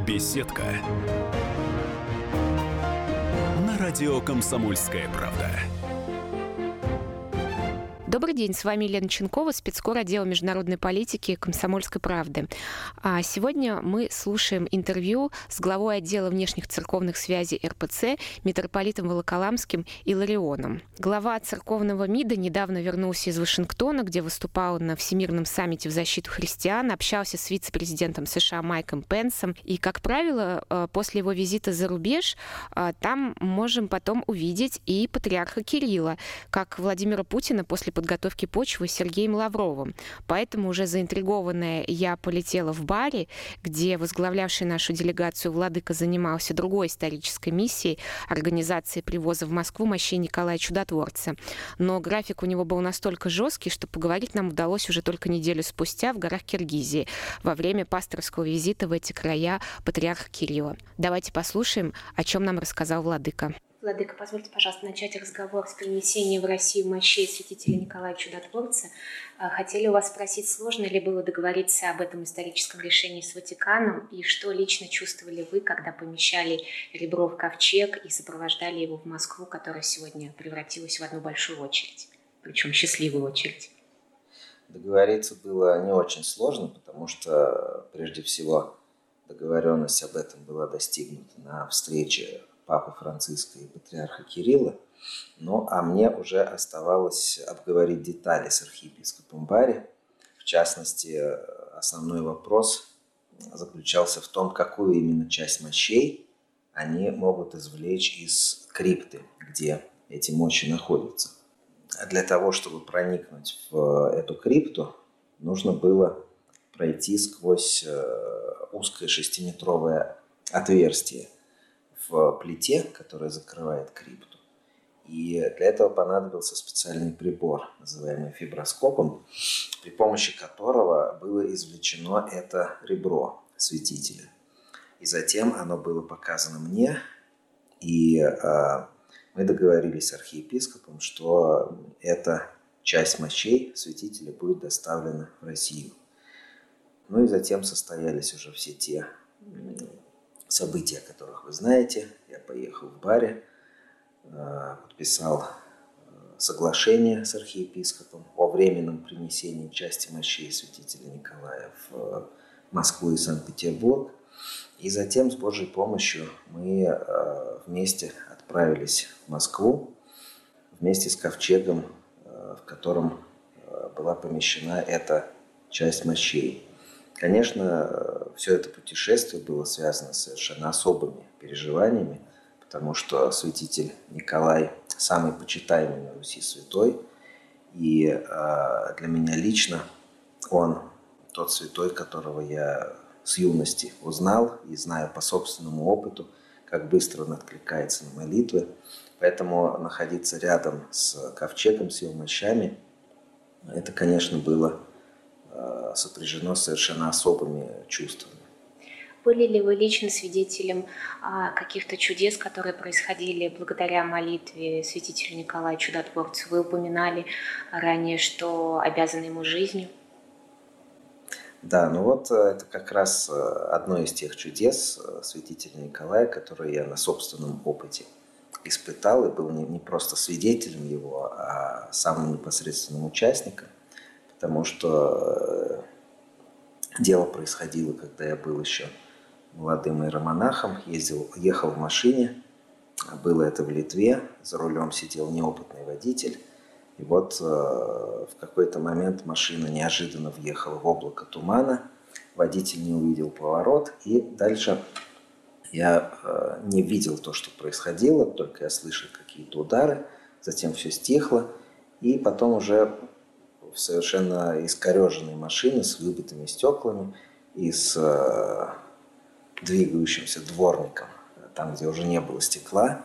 Беседка. На радио «Комсомольская правда». Добрый день, с вами Елена Ченкова, спецкор отдела международной политики «Комсомольской правды». Сегодня мы слушаем интервью с главой отдела внешних церковных связей РПЦ митрополитом Волоколамским Иларионом. Глава церковного МИДа недавно вернулся из Вашингтона, где выступал на Всемирном саммите в защиту христиан, общался с вице-президентом США Майком Пенсом. И, как правило, после его визита за рубеж, там можем потом увидеть и патриарха Кирилла, как Владимира Путина после подготовки почвы с Сергеем Лавровым. Поэтому уже заинтригованная я полетела в Бари, где возглавлявший нашу делегацию владыка занимался другой исторической миссией организации привоза в Москву мощей Николая Чудотворца. Но график у него был настолько жесткий, что поговорить нам удалось уже только неделю спустя в горах Киргизии во время пасторского визита в эти края патриарха Кирилла. Давайте послушаем, о чем нам рассказал владыка. Владыка, позвольте, пожалуйста, начать разговор с принесением в Россию мощей святителя Николая Чудотворца. Хотели у вас спросить, сложно ли было договориться об этом историческом решении с Ватиканом, и что лично чувствовали вы, когда помещали ребро в ковчег и сопровождали его в Москву, которая сегодня превратилась в одну большую очередь, причем счастливую очередь? Договориться было не очень сложно, потому что, прежде всего, договоренность об этом была достигнута на встрече Папы Франциска и патриарха Кирилла. Ну, а мне уже оставалось обговорить детали с архиепископом Бари. В частности, основной вопрос заключался в том, какую именно часть мощей они могут извлечь из крипты, где эти мощи находятся. Для того, чтобы проникнуть в эту крипту, нужно было пройти сквозь узкое 6-метровое отверстие в плите, которая закрывает крипту. И для этого понадобился специальный прибор, называемый фиброскопом, при помощи которого было извлечено это ребро святителя. И затем оно было показано мне, и мы договорились с архиепископом, что эта часть мощей святителя будет доставлена в Россию. Ну и затем состоялись уже все те события, о которых вы знаете. Я поехал в Бари, подписал соглашение с архиепископом о временном принесении части мощей святителя Николая в Москву и Санкт-Петербург. И затем, с Божьей помощью, мы вместе отправились в Москву, вместе с ковчегом, в котором была помещена эта часть мощей. Конечно, все это путешествие было связано с совершенно особыми переживаниями, потому что святитель Николай самый почитаемый на Руси святой, и для меня лично он тот святой, которого я с юности узнал и знаю по собственному опыту, как быстро он откликается на молитвы. Поэтому находиться рядом с ковчегом, с его мощами, это, конечно, было сопряжено совершенно особыми чувствами. Были ли вы лично свидетелем каких-то чудес, которые происходили благодаря молитве святителя Николая Чудотворца? Вы упоминали ранее, что обязаны ему жизнью. Да, ну вот это как раз одно из тех чудес святителя Николая, которые я на собственном опыте испытал и был не просто свидетелем его, а самым непосредственным участником. Потому что дело происходило, когда я был еще молодым иеромонахом, ехал в машине, было это в Литве, за рулем сидел неопытный водитель, и вот в какой-то момент машина неожиданно въехала в облако тумана, водитель не увидел поворот, и дальше я не видел то, что происходило, только я слышал какие-то удары, затем все стихло, и потом уже в совершенно искореженной машине с выбитыми стеклами и с двигающимся дворником, там, где уже не было стекла,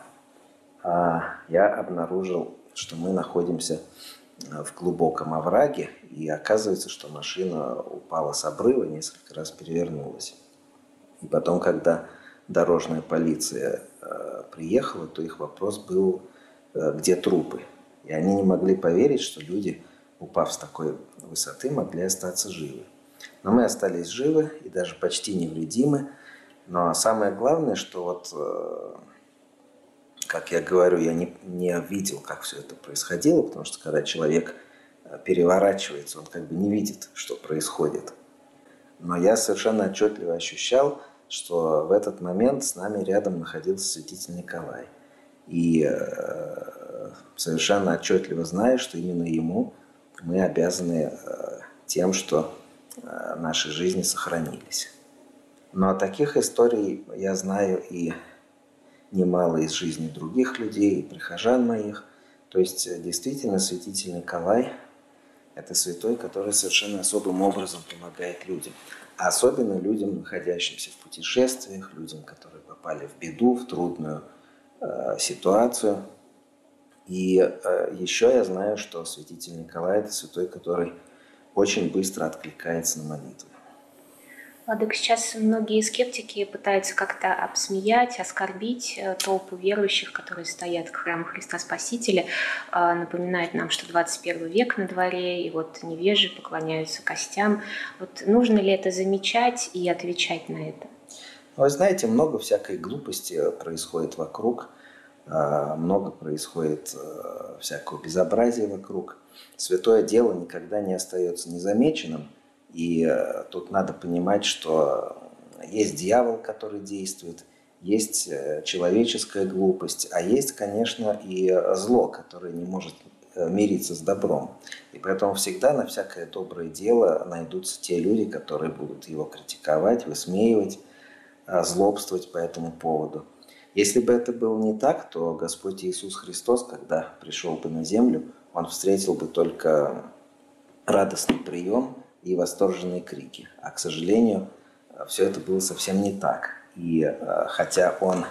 я обнаружил, что мы находимся в глубоком овраге, и оказывается, что машина упала с обрыва, несколько раз перевернулась. И потом, когда дорожная полиция приехала, то их вопрос был, где трупы. И они не могли поверить, что люди, упав с такой высоты, могли остаться живы. Но мы остались живы и даже почти невредимы. Но самое главное, что вот, как я говорю, я не видел, как все это происходило, потому что когда человек переворачивается, он как бы не видит, что происходит. Но я совершенно отчетливо ощущал, что в этот момент с нами рядом находился святитель Николай. И совершенно отчетливо знаю, что именно ему мы обязаны тем, что наши жизни сохранились. Но таких историй я знаю и немало из жизни других людей, и прихожан моих. То есть действительно святитель Николай – это святой, который совершенно особым образом помогает людям. А особенно людям, находящимся в путешествиях, людям, которые попали в беду, в трудную ситуацию. И еще я знаю, что святитель Николай – это святой, который очень быстро откликается на молитвы. Владыка, сейчас многие скептики пытаются как-то обсмеять, оскорбить толпу верующих, которые стоят в храме Христа Спасителя. Напоминает нам, что 21 век на дворе, и вот невежи поклоняются костям. Вот нужно ли это замечать и отвечать на это? Вы знаете, много всякой глупости происходит вокруг, много происходит всякого безобразия вокруг. Святое дело никогда не остается незамеченным. И тут надо понимать, что есть дьявол, который действует, есть человеческая глупость, а есть, конечно, и зло, которое не может мириться с добром. И поэтому всегда на всякое доброе дело найдутся те люди, которые будут его критиковать, высмеивать, злобствовать по этому поводу. Если бы это было не так, то Господь Иисус Христос, когда пришел бы на землю, Он встретил бы только радостный прием и восторженные крики. А, к сожалению, все это было совсем не так. И хотя он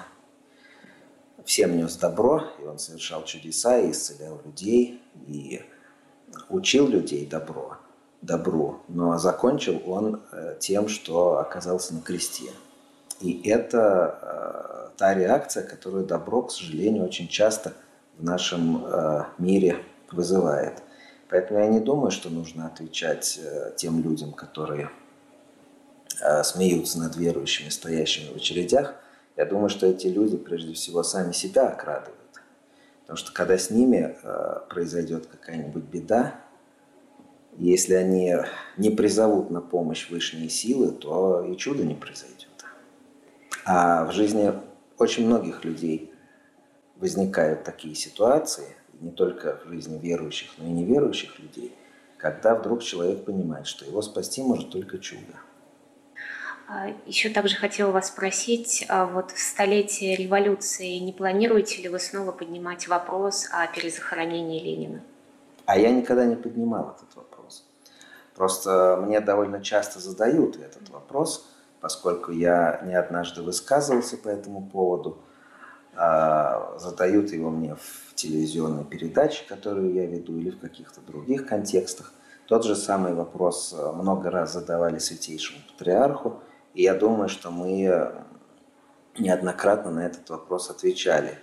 всем нес добро, и он совершал чудеса, и исцелял людей, и учил людей добру, но закончил он тем, что оказался на кресте. И это та реакция, которую добро, к сожалению, очень часто в нашем мире вызывает. Поэтому я не думаю, что нужно отвечать тем людям, которые смеются над верующими, стоящими в очередях. Я думаю, что эти люди прежде всего сами себя окрадывают. Потому что когда с ними произойдет какая-нибудь беда, если они не призовут на помощь высшие силы, то и чудо не произойдет. А в жизни очень многих людей возникают такие ситуации, не только в жизни верующих, но и неверующих людей, когда вдруг человек понимает, что его спасти может только чудо. Еще также хотела вас спросить, вот в столетие революции не планируете ли вы снова поднимать вопрос о перезахоронении Ленина? А я никогда не поднимал этот вопрос. Просто мне довольно часто задают этот вопрос, поскольку я не однажды высказывался по этому поводу. Задают его мне в телевизионной передаче, которую я веду, или в каких-то других контекстах. Тот же самый вопрос много раз задавали Святейшему Патриарху, и я думаю, что мы неоднократно на этот вопрос отвечали,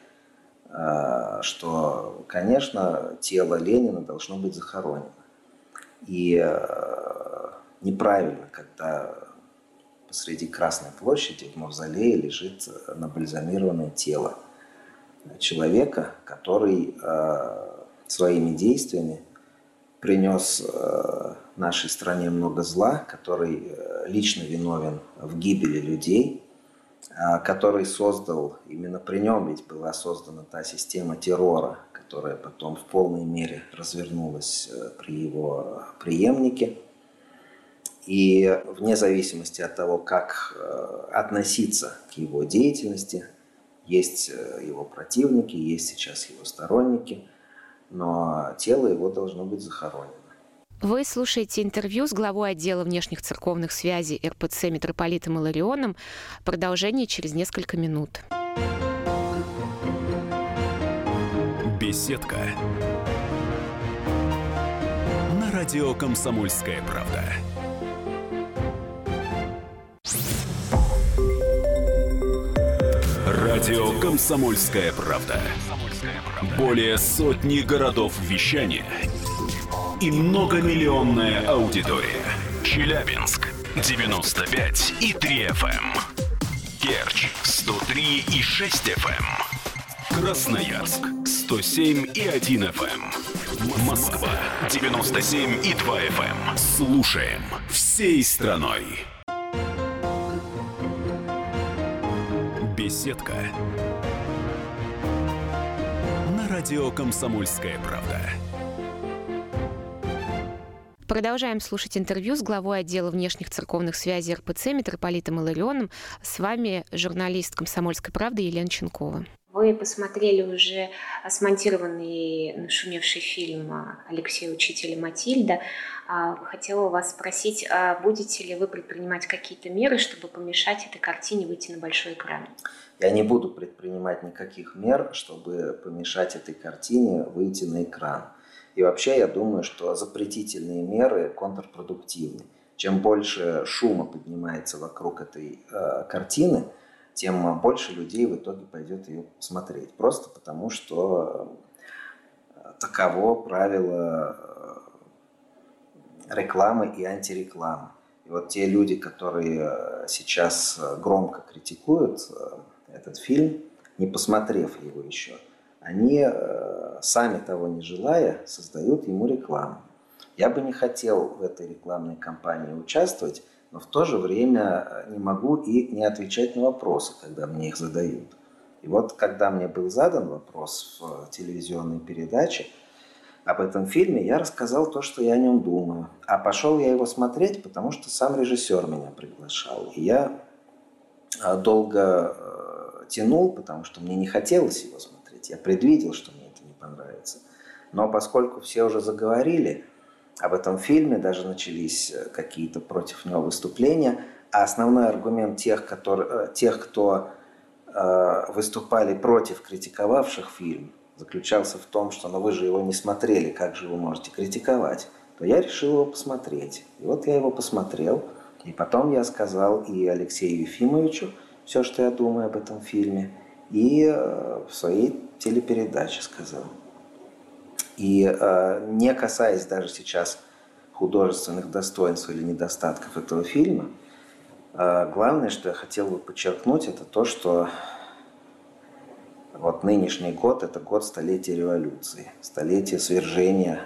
что, конечно, тело Ленина должно быть захоронено. И неправильно, когда посреди Красной площади в мавзолее лежит набальзамированное тело человека, который своими действиями принес нашей стране много зла, который лично виновен в гибели людей, который создал, именно при нем ведь была создана та система террора, которая потом в полной мере развернулась при его преемнике. И вне зависимости от того, как относиться к его деятельности, есть его противники, есть сейчас его сторонники, но тело его должно быть захоронено. Вы слушаете интервью с главой отдела внешних церковных связей РПЦ митрополитом Иларионом. Продолжение через несколько минут. Беседка. На радио «Комсомольская правда». Радио «Комсомольская правда». Более сотни городов вещания и многомиллионная аудитория. Челябинск 95,3 FM. Керчь 103,6 FM. Красноярск 107,1 FM. Москва 97,2 FM. Слушаем всей страной. Беседка. На радио «Комсомольская правда». Продолжаем слушать интервью с главой отдела внешних церковных связей РПЦ митрополитом Иларионом. С вами журналист «Комсомольской правды» Елена Ченкова. Вы посмотрели уже смонтированный нашумевший фильм Алексея Учителя «Матильда». Хотела у вас спросить, будете ли вы предпринимать какие-то меры, чтобы помешать этой картине выйти на большой экран? Я не буду предпринимать никаких мер, чтобы помешать этой картине выйти на экран. И вообще я думаю, что запретительные меры контрпродуктивны. Чем больше шума поднимается вокруг этой картины, тем больше людей в итоге пойдет ее смотреть. Просто потому, что таково правило рекламы и антирекламы. И вот те люди, которые сейчас громко критикуют этот фильм, не посмотрев его еще, они, сами того не желая, создают ему рекламу. Я бы не хотел в этой рекламной кампании участвовать, но в то же время не могу и не отвечать на вопросы, когда мне их задают. И вот когда мне был задан вопрос в телевизионной передаче об этом фильме, я рассказал то, что я о нем думаю. А пошел я его смотреть, потому что сам режиссер меня приглашал. И я долго тянул, потому что мне не хотелось его смотреть. Я предвидел, что мне это не понравится. Но поскольку все уже заговорили об этом фильме, даже начались какие-то против него выступления, а основной аргумент тех, кто выступали против критиковавших фильм, заключался в том, что вы же его не смотрели, как же вы можете критиковать, то я решил его посмотреть. И вот я его посмотрел, и потом я сказал и Алексею Ефимовичу все, что я думаю об этом фильме, и в своей телепередаче сказал. И не касаясь даже сейчас художественных достоинств или недостатков этого фильма, главное, что я хотел бы подчеркнуть, это то, что вот нынешний год – это год столетия революции, столетия свержения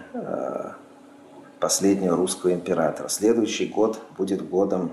последнего русского императора. Следующий год будет годом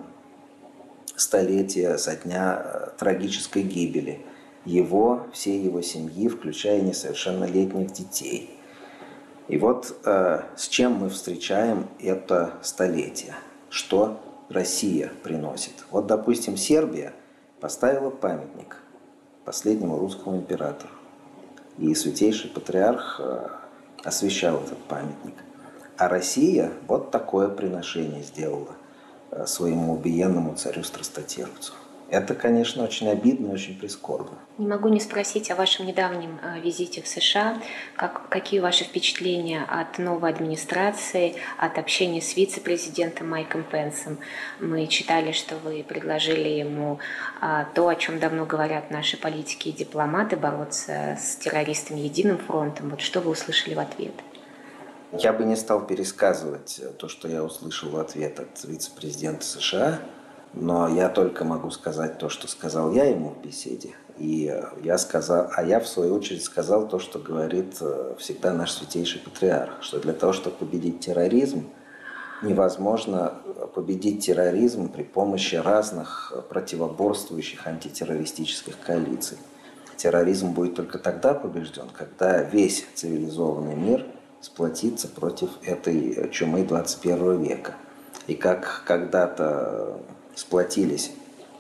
столетия со дня трагической гибели всей его семьи, включая несовершеннолетних детей. И вот с чем мы встречаем это столетие, что Россия приносит. Вот, допустим, Сербия поставила памятник последнему русскому императору, и святейший патриарх освящал этот памятник. А Россия вот такое приношение сделала своему убиенному царю Страстотерпцу. Это, конечно, очень обидно и очень прискорбно. Не могу не спросить о вашем недавнем визите в США. Какие ваши впечатления от новой администрации, от общения с вице-президентом Майком Пенсом? Мы читали, что вы предложили ему то, о чем давно говорят наши политики и дипломаты, бороться с террористами единым фронтом. Вот что вы услышали в ответ? Я бы не стал пересказывать то, что я услышал в ответ от вице-президента США, но я только могу сказать то, что сказал я ему в беседе. И я в свою очередь сказал то, что говорит всегда наш святейший патриарх, что для того, чтобы победить терроризм, невозможно победить терроризм при помощи разных противоборствующих антитеррористических коалиций. Терроризм будет только тогда побежден, когда весь цивилизованный мир сплотится против этой чумы 21 века. И как когда-то сплотились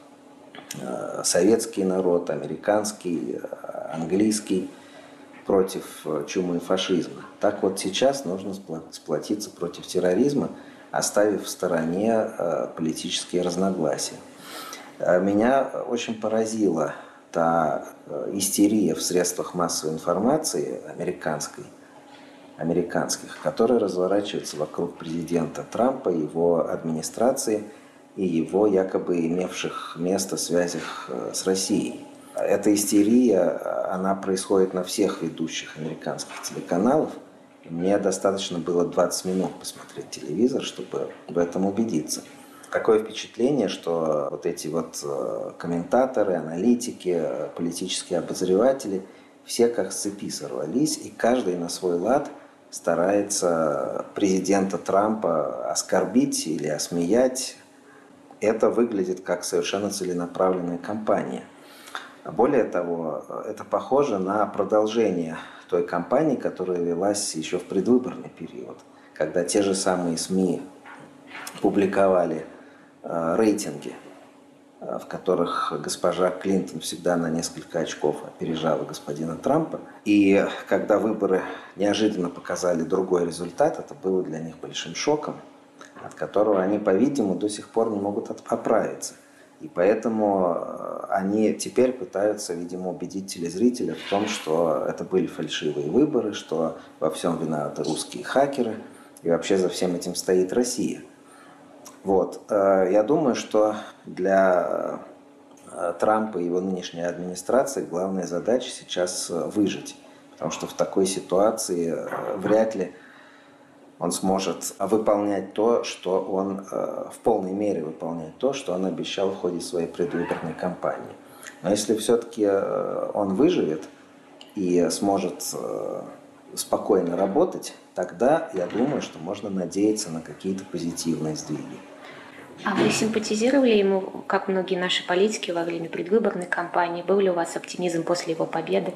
советский народ, американский, английский против чумы и фашизма. Так вот сейчас нужно сплотиться против терроризма, оставив в стороне политические разногласия. Меня очень поразила та истерия в средствах массовой информации американских, которая разворачивается вокруг президента Трампа, его администрации и его якобы имевших место связях с Россией. Эта истерия, она происходит на всех ведущих американских телеканалах. И мне достаточно было 20 минут посмотреть телевизор, чтобы в этом убедиться. Такое впечатление, что вот эти вот комментаторы, аналитики, политические обозреватели все как с цепи сорвались, и каждый на свой лад старается президента Трампа оскорбить или осмеять. Это выглядит как совершенно целенаправленная кампания. Более того, это похоже на продолжение той кампании, которая велась еще в предвыборный период, когда те же самые СМИ публиковали рейтинги, в которых госпожа Клинтон всегда на несколько очков опережала господина Трампа. И когда выборы неожиданно показали другой результат, это было для них большим шоком, от которого они, по-видимому, до сих пор не могут оправиться. И поэтому они теперь пытаются, видимо, убедить телезрителя в том, что это были фальшивые выборы, что во всем виноваты русские хакеры, и вообще за всем этим стоит Россия. Вот. Я думаю, что для Трампа и его нынешней администрации главная задача сейчас выжить. Потому что в такой ситуации вряд ли он сможет выполнять то, что он в полной мере выполнять то, что он обещал в ходе своей предвыборной кампании. Но если все-таки он выживет и сможет спокойно работать, тогда я думаю, что можно надеяться на какие-то позитивные сдвиги. А вы симпатизировали ему, как многие наши политики, во время предвыборной кампании? Был ли у вас оптимизм после его победы?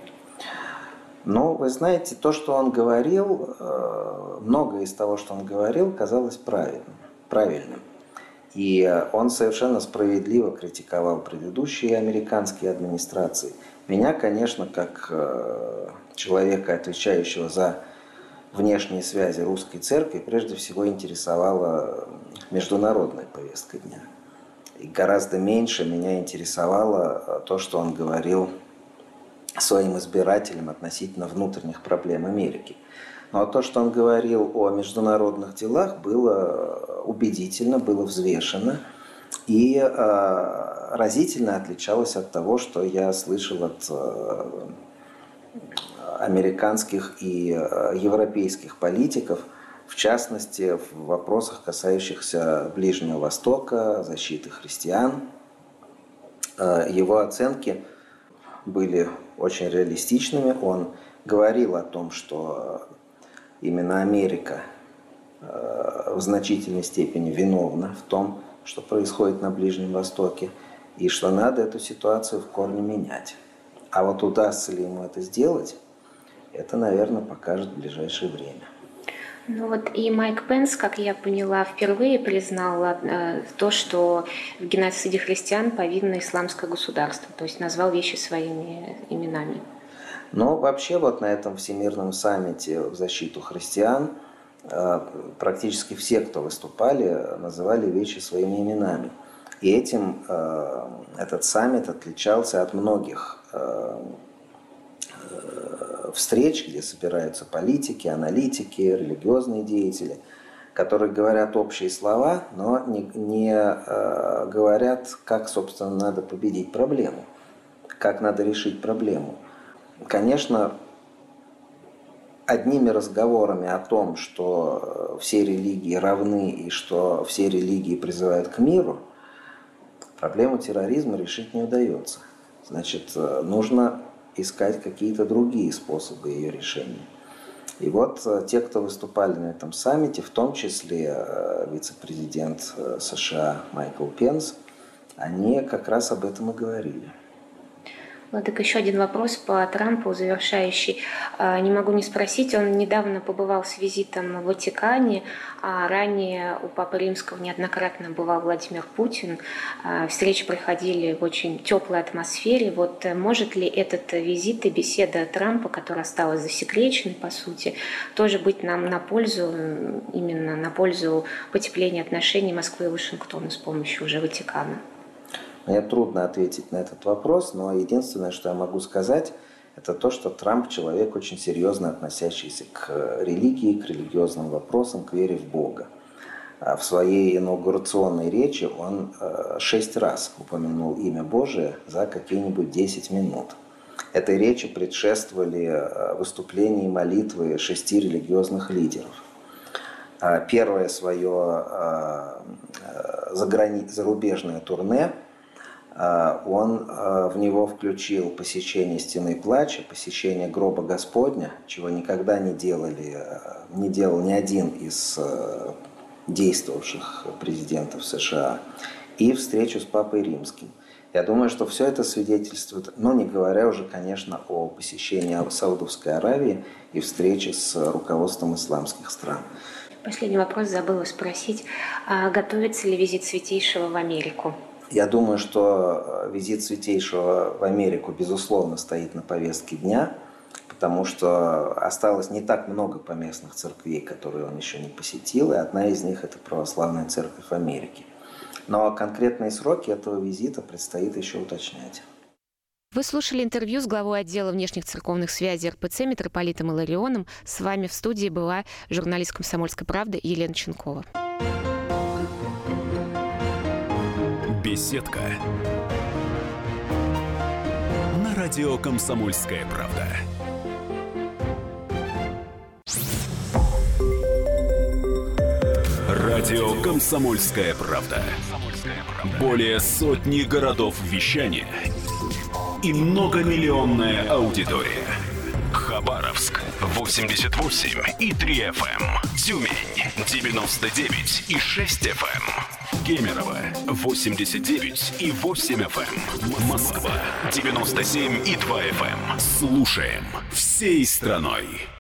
Ну, вы знаете, то, что он говорил, многое из того, что он говорил, казалось правильным. И он совершенно справедливо критиковал предыдущие американские администрации. Меня, конечно, как человека, отвечающего за внешние связи русской церкви, прежде всего интересовала международная повестка дня. И гораздо меньше меня интересовало то, что он говорил своим избирателям относительно внутренних проблем Америки. Но то, что он говорил о международных делах, было убедительно, было взвешено и разительно отличалось от того, что я слышал от американских и европейских политиков, в частности, в вопросах, касающихся Ближнего Востока, защиты христиан. Его оценки были очень реалистичными. Он говорил о том, что именно Америка в значительной степени виновна в том, что происходит на Ближнем Востоке, и что надо эту ситуацию в корне менять. А вот удастся ли ему это сделать, это, наверное, покажет в ближайшее время. Ну вот и Майк Пенс, как я поняла, впервые признал то, что в геноциде христиан повинно исламское государство, то есть назвал вещи своими именами. Ну, вообще вот на этом Всемирном саммите в защиту христиан практически все, кто выступали, называли вещи своими именами. И этим этот саммит отличался от многих встреч, где собираются политики, аналитики, религиозные деятели, которые говорят общие слова, но не говорят, как, собственно, надо победить проблему, как надо решить проблему. Конечно, одними разговорами о том, что все религии равны и что все религии призывают к миру, проблему терроризма решить не удается. Значит, нужно искать какие-то другие способы ее решения. И вот те, кто выступали на этом саммите, в том числе вице-президент США Майкл Пенс, они как раз об этом и говорили. Владыка, еще один вопрос по Трампу, завершающий. Не могу не спросить, он недавно побывал с визитом в Ватикане, а ранее у Папы Римского неоднократно бывал Владимир Путин. Встречи проходили в очень теплой атмосфере. Вот может ли этот визит и беседа Трампа, которая осталась засекреченной, по сути, тоже быть нам на пользу, именно на пользу потепления отношений Москвы и Вашингтона с помощью уже Ватикана? Мне трудно ответить на этот вопрос, но единственное, что я могу сказать, это то, что Трамп человек очень серьезно относящийся к религии, к религиозным вопросам, к вере в Бога. В своей инаугурационной речи он 6 раз упомянул имя Божие за какие-нибудь 10 минут. Этой речи предшествовали выступления и молитвы 6 религиозных лидеров. Первое свое зарубежное турне, он в него включил посещение Стены Плача, посещение Гроба Господня, чего никогда не делал ни один из действовавших президентов США, и встречу с Папой Римским. Я думаю, что все это свидетельствует, не говоря уже, конечно, о посещении Саудовской Аравии и встрече с руководством исламских стран. Последний вопрос забыла спросить. Готовится ли визит Святейшего в Америку? Я думаю, что визит Святейшего в Америку, безусловно, стоит на повестке дня, потому что осталось не так много поместных церквей, которые он еще не посетил, и одна из них – это Православная Церковь Америки. Но конкретные сроки этого визита предстоит еще уточнять. Вы слушали интервью с главой отдела внешних церковных связей РПЦ митрополитом Иларионом. С вами в студии была журналист «Комсомольской правды» Елена Ченкова. Беседка. На радио «Комсомольская правда». Радио «Комсомольская правда». Более сотни городов вещания и многомиллионная аудитория. Хабаровск 88,3 FM, Тюмень 99,6 FM, Кемерово 89,8 FM, Москва 97,2 FM. Слушаем всей страной.